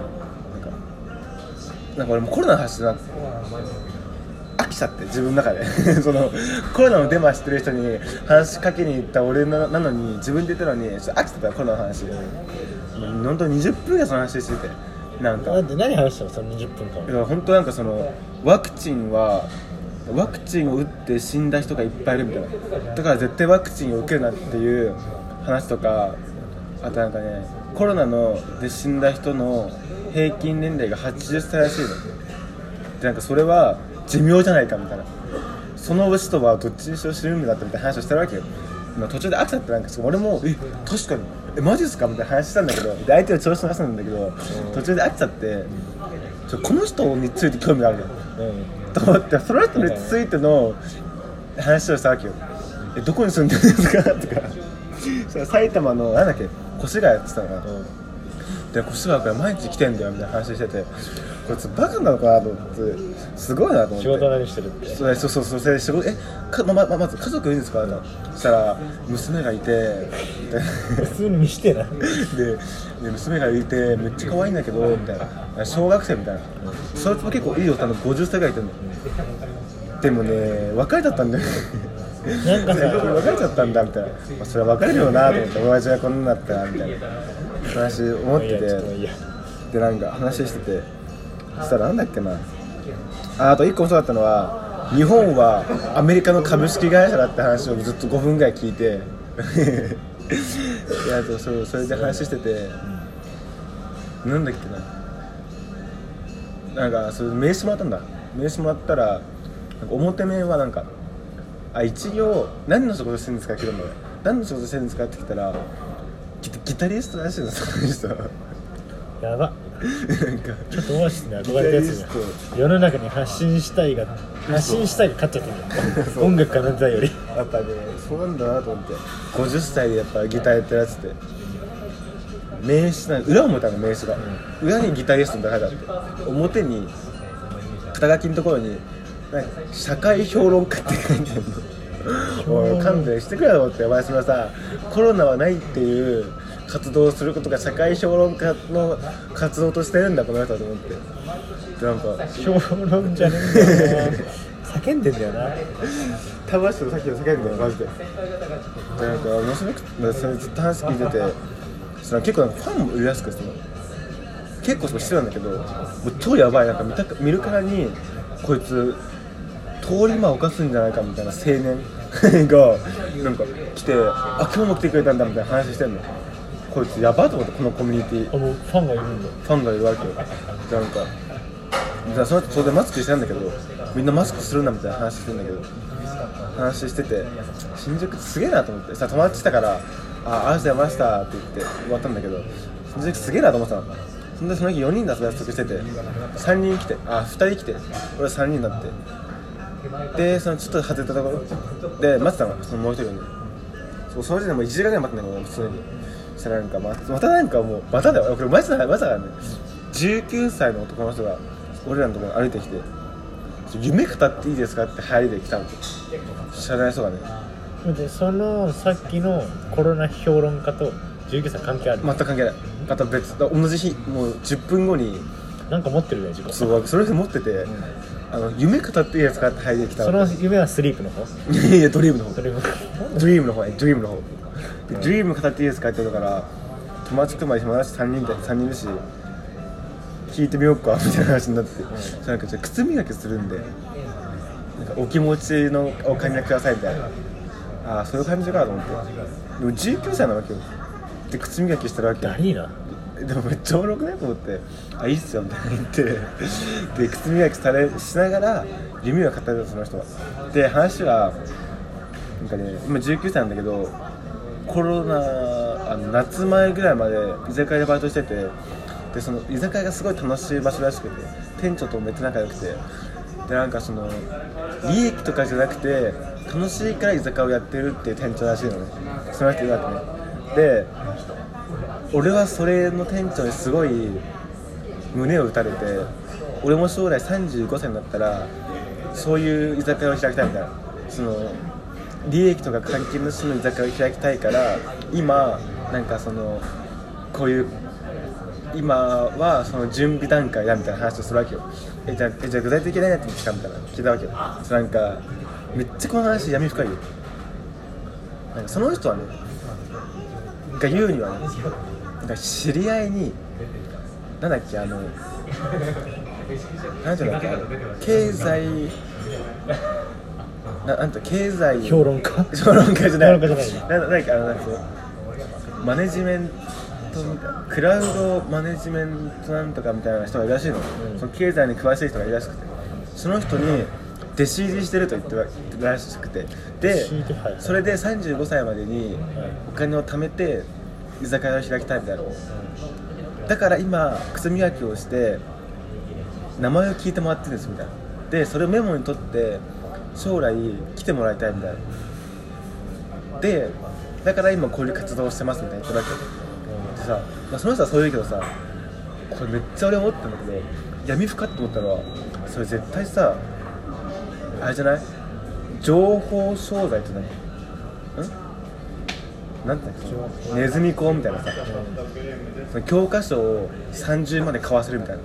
なんか俺もコロナの話なんか飽きちゃって自分の中でそのコロナのデマ知ってる人に話しかけに行った俺なのに自分で言ったのにちょっと飽きてたコロナの話本当に20分ぐらいその話しててなんか何話したのその20分間。 いや本当なんかそのワクチンを打って死んだ人がいっぱいいるみたいなだから絶対ワクチンを受けるなっていう話とかあとなんかねコロナで死んだ人の平均年齢が80歳らしいのでなんかそれは寿命じゃないかみたいなその人はどっちにしろ死ぬんだってみたいな話をしてるわけよ。途中で飽きちゃってなんか俺も確かにマジっすかみたいな話したんだけどで相手は調子の話なんだけど途中で飽きちゃってこの人について興味があるよ、と思ってその人についての話をしたわけよ。どこに住んでるんですかとかそれ埼玉のなんだっけ越谷って言ってたのかな、で越谷から毎日来てんだよみたいな話しててこいつバカなのかなと思ってすごいなと思って仕事何してるってそう仕事まず家族いるんですかそしたら娘がいて普通に見してなで娘がいてめっちゃ可愛いんだけどみたいな小学生みたいなそいつも結構いい大人の50歳ぐらいいてるのでもね別れちゃったんだよなんかさ別れちゃったんだみたいな、それは別れるよなと思って親父がこんなになったらみたいな話思っててでなんか話しててそしたらなんだっけなあと1個面白かったのは日本はアメリカの株式会社だって話をずっと5分ぐらい聞いてそれで話しててなんだっけななんかそれ名刺もらったんだ名刺もらったらなんか表面はなんか一行何の仕事してるんですか聞いたの俺何の仕事してるんですかって聞いたらギタリストらしいのその人やばなんかちょっとオアシスに憧れたやつじゃん世の中に発信したいが勝っちゃってるじゃん音楽家なんだよりやっぱねそうなんだなと思って50歳でやっぱギターやってるやつって名刺なん裏を見たの名刺が、裏にギタリストって書いてあって表に肩書きのところに社会評論家って書いてあるのおい勘弁してくれよと思ってお前そのさコロナはないっていう活動をすることが社会評論家の活動としてるんだこの人と思ってでなんか評論じゃねえんだよな叫んでんだよな魂とさっきの叫んだよマジでなんか面白くてそれずっと話聞いててその結構なんかファンもいるらしくて結構してたんだけどもう超やばいなんか見るからにこいつ通り魔を犯すんじゃないかみたいな青年がなんか来て今日も来てくれたんだみたいな話してんのこいつやばいと思ってこのコミュニティもうファンがいるんだファンがいるわけよでなんかその後それでマスクしてたんだけどみんなマスクするなみたいな話してんだけど話してて新宿すげえなと思ってさ友達来たからありがとうございましたって言って終わったんだけど新宿すげえなと思ってたのそんでその日4人で約束してて3人来て2人来て俺3人になってでそのちょっと外れたところで待ってたのそのもう一人にその時でもう1時間ぐらい待ってんだけど普通にしたらなんかまたなんかもうまただよこれマジだね19歳の男の人が俺らのところに歩いてきて夢語っていいですかって入りで来たの知らない人がねでそのさっきのコロナ評論家と19歳関係ある？ 全く関係ないまた別同じ日もう10分後になんか持ってるね自己そうそれで持ってて、夢語っていいですかって入りで来たのその夢はスリープの方？ いやドリームの方それもドリームの方ドリーム語っていいですかって言うから友達とまで友達3人いるし聞いてみようかみたいな話になって、なんかじゃあ靴磨きするんでなんかお気持ちのお金くださいみたいなああそういう感じかと思ってでも19歳なわけよで靴磨きしてるわけダリーなでもめっちゃおもろくないと思ってあいいっすよみたいな言ってで靴磨きしながら夢を語るその人はで話はなんかね今19歳なんだけどコロナ夏前ぐらいまで居酒屋でバイトしててでその居酒屋がすごい楽しい場所らしくて店長とめっちゃ仲良くてでなんかその利益とかじゃなくて楽しいから居酒屋をやってるっていう店長らしいのねその人言うわけねで俺はそれの店長にすごい胸を打たれて俺も将来35歳になったらそういう居酒屋を開きたいみたいなその利益とか関係なしの居酒屋を開きたいから今なんかそのこういう今はその準備段階だみたいな話をするわけよじゃあ具体的なやつに聞かみたいな聞いたわけよなんかめっちゃこの話闇深いよなんかその人はねが言うにはねなんか知り合いになんだっけなんていうんだっけ経済なんて経済評論家じゃないなんかマネジメントクラウドマネジメントなんとかみたいな人がいるらしいの、その経済に詳しい人がいるらしくてその人に弟子入りしてると言ってるらしくてでそれで35歳までにお金を貯めて居酒屋を開きたいみたいなだから今靴磨きをして名前を聞いてもらってるんですみたいなでそれをメモに取って将来来てもらいたいみたいなでだから今こういう活動をしてますみたいな言ってるわけでさ、その人はそう言うけどさこれめっちゃ俺思ってるんだけど闇深って思ったのはそれ絶対さあれじゃない情報商材って何なんていうのネズミ講みたいなさその教科書を30まで買わせるみたいな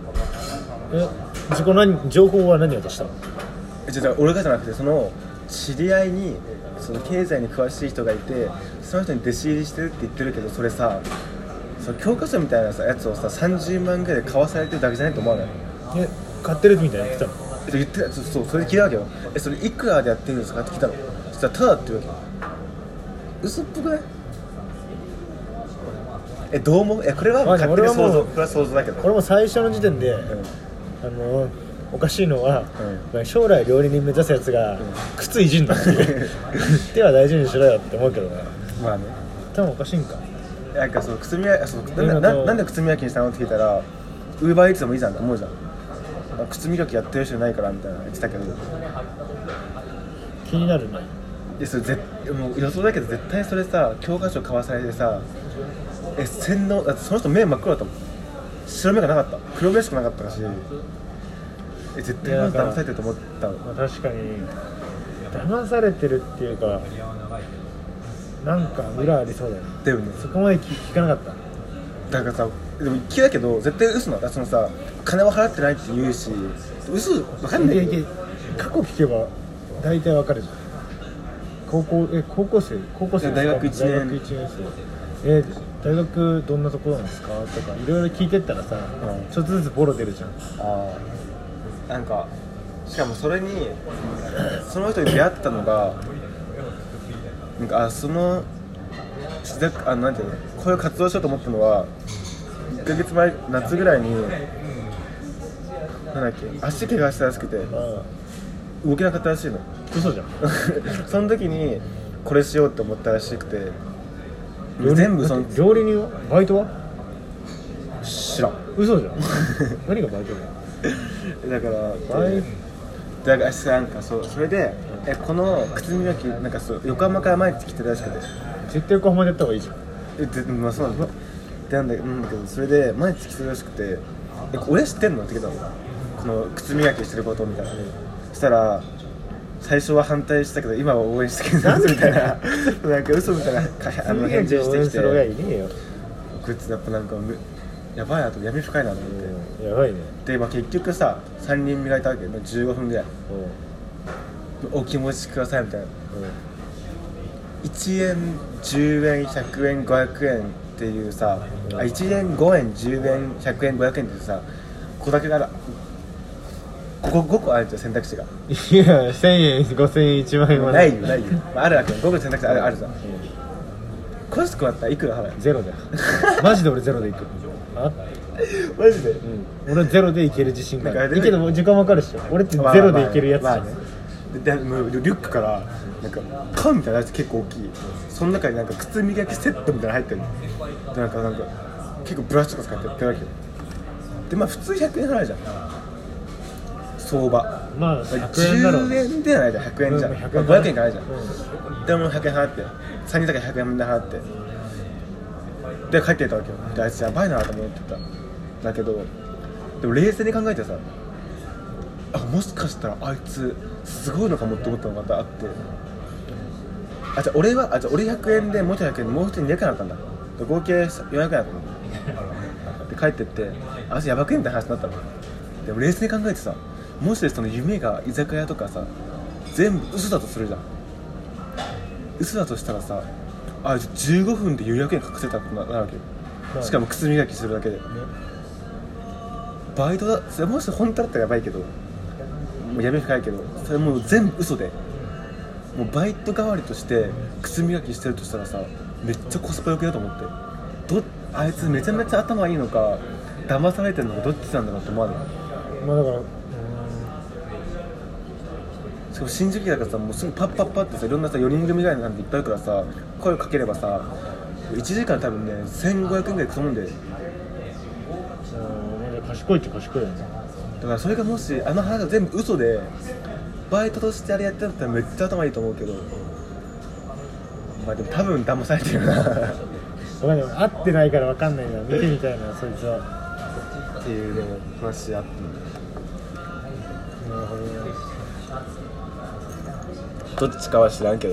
情報は何を出したの？ じゃあ俺がじゃなくてその知り合いにその経済に詳しい人がいてその人に弟子入りしてるって言ってるけどそれさその教科書みたいなやつをさ30万ぐらいで買わされてるだけじゃないと思わない？ 買ってるみたいな言ってたの？ 言ってたそうそれで聞いたわけよそれいくらでやってるんですかって聞いたのそしたらただって言うわけよ嘘っぽくない？どう思う？これは勝手に想像これは想像だけど俺も最初の時点で、おかしいのは、将来料理人目指すやつが、靴いじんだっていう手は大事にしろよって思うけどなまあね多分おかしいんかなんかその靴磨きなんで靴磨きにしたのって聞いたらウーバーイーツでもいいじゃんって思うじゃん靴磨きやってる人いないからみたいな言ってたけど気になるねそれもう予想だけど絶対それさ教科書買わされてさ洗脳だってその人目真っ黒だったもん白目がなかった黒目しかなかったし絶対まず騙されてると思ったの、 確かに騙されてるっていうかなんか裏ありそうだよねだよねそこまで聞かなかっただからさでも聞いたけど絶対嘘なのそのさ金は払ってないって言うし嘘分かんないけど過去聞けば大体わかるじゃん高校生大学1年生大学どんなところなんですかとかいろいろ聞いてったらさ、ちょっとずつボロ出るじゃんなんかしかもそれにその人に出会ったのがなんかそのなんていうのこういう活動しようと思ったのは1ヶ月前夏ぐらいになんだっけ足怪我したらしくて動けなかったらしいの嘘じゃんその時にこれしようって思ったらしくて全部その料理人はバイトは知らん嘘じゃん何がバイトだだからだからなんかそうそれでこの靴磨きなんかそう横浜から毎日来てるらしくて絶対横浜でやった方がいいじゃん。 まあそうなんだなんだけどそれで毎日来てるらしくて俺知ってんのって聞いたのこの靴磨きしてることみたいな、そしたら最初は反対したけど今は応援してくれるみたいななんか嘘みたいな返事してきてそれがいねえよ。 こいつやっぱなんかやばいなと闇深いなと思って、 やばいね。 で、まあ、結局さ3人磨いたわけよ15分ぐらいお気持ちくださいみたいな1円10円100円500円っていうさ1円5円10円100円500円っていうさここだけが5個あるじゃん選択肢がいや1000円5000円1万円はないよ、まあ、あるわけよ5個選択肢あるじゃん、詳しくなったらいくら払うゼロだよマジで俺ゼロでいくマジで、 俺ゼロでいける自信がある。いいけど時間わかるっしょ。俺ってゼロでいけるやつじゃね。 でもうリュックからなんか缶みたいなやつ結構大きいその中になんか靴磨きセットみたいなの入ってるのでなんか結構ブラシとか使ってやってるわけよでまあ普通100円払うじゃん相場まあ100円だろう 10円ではないじゃん100円じゃん、 100円まあ500円いかないじゃん、でも100円払って3人だけ100円払ってで帰っていったわけよであいつやばいなと思ってただけどでも冷静に考えてさもしかしたらあいつすごいのかもって思ったのがまたあってじゃあ俺100円でもう一人100円でもう一人200円だったんだで合計400円だったので帰ってってあいつやばくねみたいな話になったのでも冷静に考えてさもしその夢が居酒屋とかさ全部嘘だとするじゃん嘘だとしたらさ15分で400円隠せたってなるわけよしかも靴磨きするだけで、バイトだそれもし本当だったらやばいけどもう闇深いけどそれもう全部嘘でもうバイト代わりとして靴磨きしてるとしたらさめっちゃコスパ良くなと思ってあいつめちゃめちゃ頭いいのか騙されてるのかどっちなんだろうって思わない。 まあだからしかも新宿駅だからさもうすぐパッパッパってさいろんなさ4人組みたいな感じでいっぱいいるからさ声をかければさ1時間多分ね1500円ぐらいくと思うんで賢いっちゃ賢いよね。 だからそれがもし話が全部嘘でバイトとしてあれやってたらめっちゃ頭いいと思うけどまあでも多分騙されてるな分かんない会ってないから分かんないな見てみたいなそいつはっていうでも話あってなるほどねどっちかは知らんけど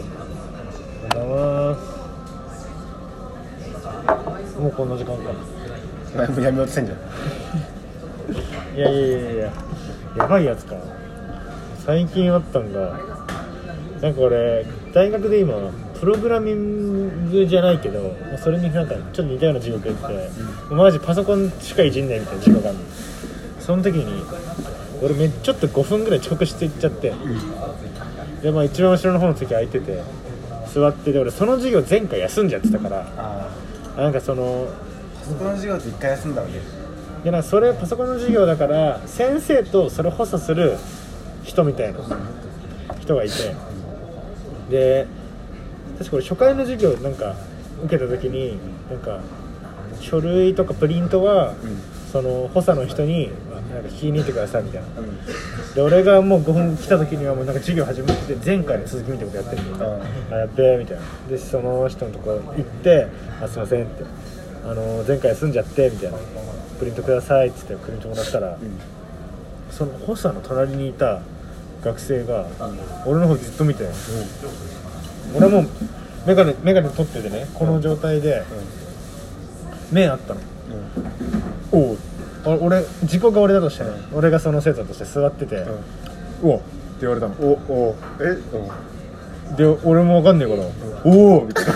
もうこんな時間かもうやめようとしてんじゃんいややばいやつか最近あったんがなんか俺大学で今プログラミングじゃないけどそれになんかちょっと似たような授業受けてて、マジパソコンしかいじんないみたいな授業があるの。その時に俺ちょっと5分ぐらい遅刻していっちゃって、でまあ一番後ろの方の席空いてて座ってで俺その授業前回休んじゃってたからなんかそのパソコンの授業って1回休んだわけでなんかそれパソコンの授業だから先生とそれを補佐する人みたいな人がいてで確か俺初回の授業なんか受けた時になんか書類とかプリントは、その補佐の人になんか聞きに行ってくださいみたいな、で俺がもう5分来た時にはもうなんか授業始まってて前回の続きみたいなことやってるんで、やってみたいなでその人のとこ行ってすいませんって前回休んじゃってみたいなプリントくださいって言ってプリントもらったら、その補佐の隣にいた学生が俺の方ずっと見て、俺はもうメガネ取っててねこの状態で、目あったの、おう俺自己が俺だとしてね、俺がその生徒として座ってて、おうって言われたの。おで俺も分かんねえから、おおみたいな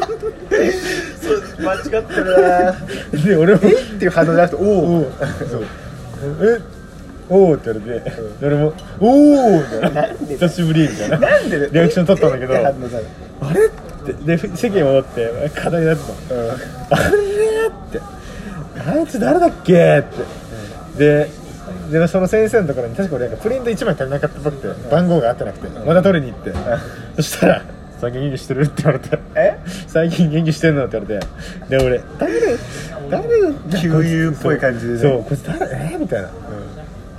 間違ってるなで俺もっていう反応じゃなくておおそうおーって言われて、俺もおーみたいな久しぶりみたいななんでリアクション取ったんだけど、 あれってで席に戻って課題やってた、あれってあいつ誰だっけってでその先生のところに確か俺なんかプリント1枚足りなかったっぽくて、番号が合ってなくて、また取りに行って、そしたら最近元気してるって言われて、最近元気してんのって言われて、で俺誰給油っぽい感じで、ね、 そうこいつ誰みたいな、誰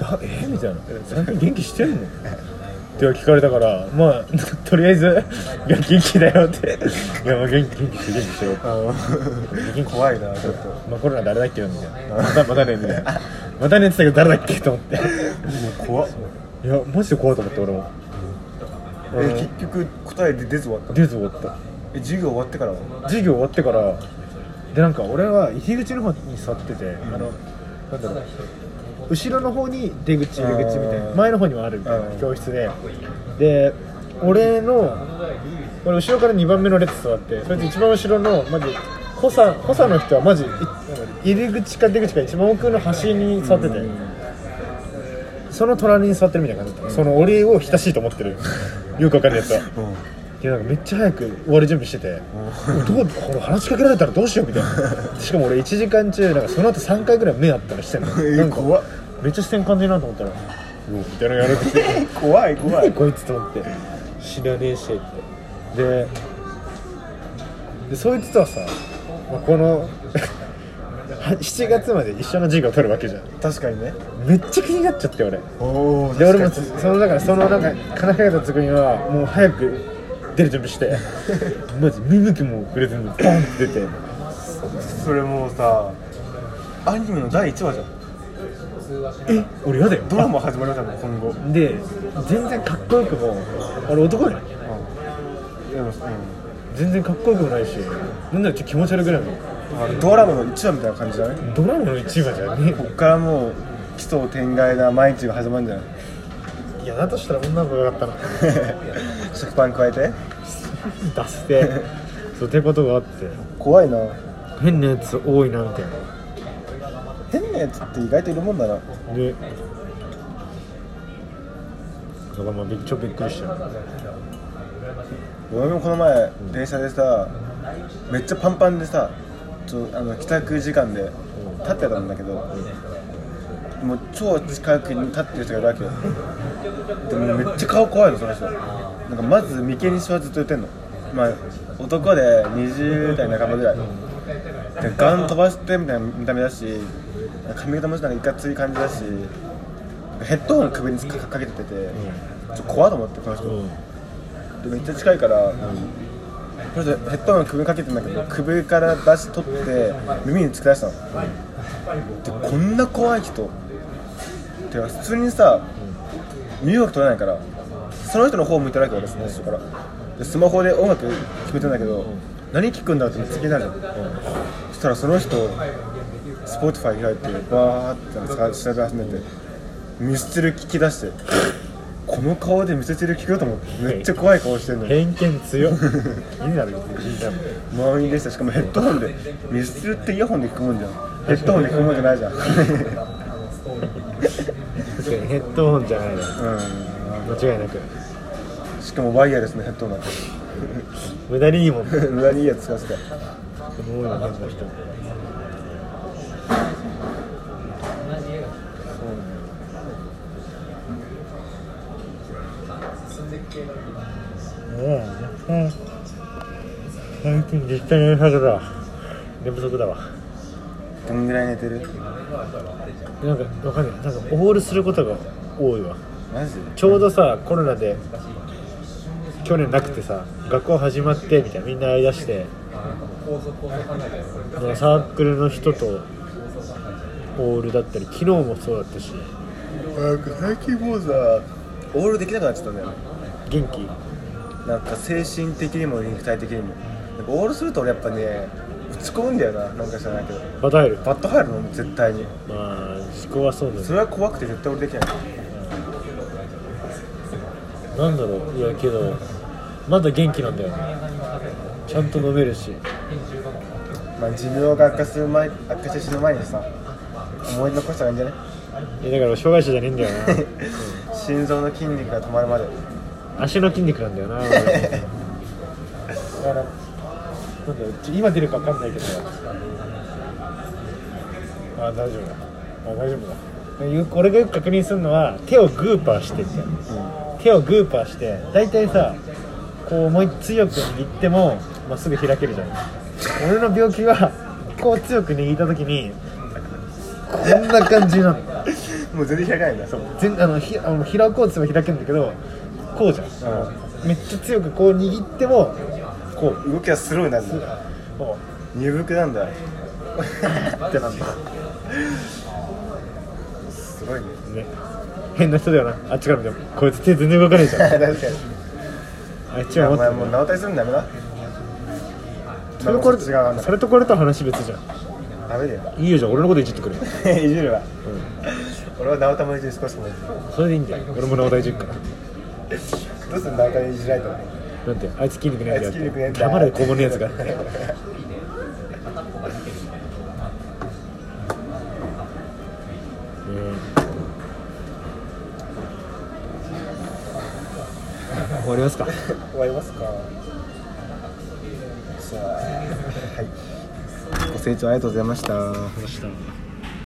みたいな最近元気してんのって聞かれたから、まあとりあえずいや元気だよっていやまあ元気してよ怖いなちょっとまあコロナ誰だっけみたいなまたねみたいなまたねって言ったけど誰だっけと思ってもう怖っ。 いやマジで怖いと思って俺も結局答えで出ず終わった。 出ず終わった授業終わってからは授業終わってからでなんか俺は入り口の方に座ってて、なんだろう後ろの方に出口入り口みたいな前の方にもあるみたいな教室で俺後ろから2番目の列座ってそれで一番後ろのマジ補佐の人はマジ入り口か出口か一番奥の端に座ってて、その隣に座ってるみたいな感じだった、その俺を親しいと思ってるよくわかんないやつは、でなんかめっちゃ早く終わる準備してて、これ話しかけられたらどうしようみたいなしかも俺1時間中なんかその後3回ぐらい目あったらしてんの、なんか怖っ。 めっちゃ視線感じるなと思ったらみたいなのやられてて怖い何こいつと思って知らねえしってでそいつとはさ、まあ、この7月まで一緒の授業を取るわけじゃん。 確かにね。 めっちゃ気になっちゃって俺おで俺もだからそのなんか話しかけた時にはもう早く出る準備してマジ見向きも触れずにバンって出てそれもうさアニメの第1話じゃん。 俺やだよドラマ始まりましたもん今後。 で全然かっこよくも俺男だよでも全然かっこよくもないしなんだろちょっと気持ち悪くないのドラマの1話みたいな感じだね。 ドラマの一話じゃねこっからもう奇想天外な毎日が始まるんじゃない。 いやだとしたら女の子がよかったな食パン加えて出してそうってことがあって怖いな。 変なやつ多いなみたいな変なやつって意外といるもんだな。 でだからまあちょっとびっくりした俺もこの前電車でさめっちゃパンパンでさ帰宅時間で立ってたんだけど、もう超近くに立ってる人がいるわけよ。でもめっちゃ顔怖いのその人。なんかまず眉間にしわずっと言ってんの。まあ男で20代半ばぐらいでガン飛ばしてみたいな見た目だし髪型もなんかいかつい感じだしヘッドホン首にかけててちょっと怖いと思ってこの人、でめっちゃ近いから、それでヘッドホン首にかけてんだけど首から出し取って耳に突き出したの、でこんな怖い人って普通にさ身動き取れないからその人の方を向いてるわけよ私の後ろからでスマホで音楽決めてんだけど、何聴くんだって次になるじゃん、そしたらその人Spotify 開いてバーって調べ始めてミスチル聴き出してこの顔でミスチル聴くよと思ってめっちゃ怖い顔してんのよ。 偏見強っ気になる周りでした。しかもヘッドホンでミスチルってイヤホンで聴くもんじゃん。ヘッドホンで聴くもんじゃないじゃん確かにヘッドホンじゃないな、間違いなくしかもワイヤレスのヘッドホンなんて無駄にいいもん無駄にいいやつ使ってた。 多いな変な人最近絶対寝不足だわ。寝不足だわ。 どんぐらい寝てる？ なんかわかんない。なんかオールすることが多いわ。 マジ？ ちょうどさコロナで去年なくてさ学校始まってみたいなみんな会い出してサークルの人とオールだったり昨日もそうだったし、 なんか最近もうさオールできなくなっちゃったんだよね。 元気なんか精神的にも肉体的にもなんかオールすると俺やっぱね打ち込むんだよな。なんか知らないけどバタ入る。 バット入るの絶対に。 まあ思考はそうだね。 それは怖くて絶対俺できない。 なんだろう、いやけどまだ元気なんだよね。ちゃんと飲めるし、 まあ寿命が悪化して死ぬ前にさ思い出残したらいいんじゃね？ いやだから障害者じゃねえんだよな心臓の筋肉が止まるまで。 足の筋肉なんだよなだからなんだろう今出るか分かんないけど大丈夫だ大丈夫だ。俺がよく確認するのは手をグーパーしてみたいな、手をグーパーしてだいたいさこうもう強く握ってもまっすぐ開けるじゃん。俺の病気はこう強く握った時にこんな感じなのもう全然開かないんだ。 そう開こうとすれば開けるんだけど、こうじゃん、めっちゃ強くこう握ってもこう動きはスローになるんだ。 こ鈍くなんだ。 うってなんだすごいね。 ね、変な人だよな。あっちから見てもこいつ手全然動かねえじゃん。 確かに。 あっちはお待ってる前もう直ったりするのダメだ。 それこれ違うなんだ。 それとこれと話別じゃん。 ダメだよ。 いいよ、じゃあ俺のこといじってくれよ。 いじるわ。俺は直太もいじる少しもいじる。 それでいいんだよ、俺も直大いじるから。 どうすんの直太いじられたの。 なんて、あいつ筋肉ねえんだよあいつ筋肉ねえんだよ黙れ肛門のやつが。終わりますか。 終わりますか。じゃあ、はい。ご清聴ありがとうございました。 ました。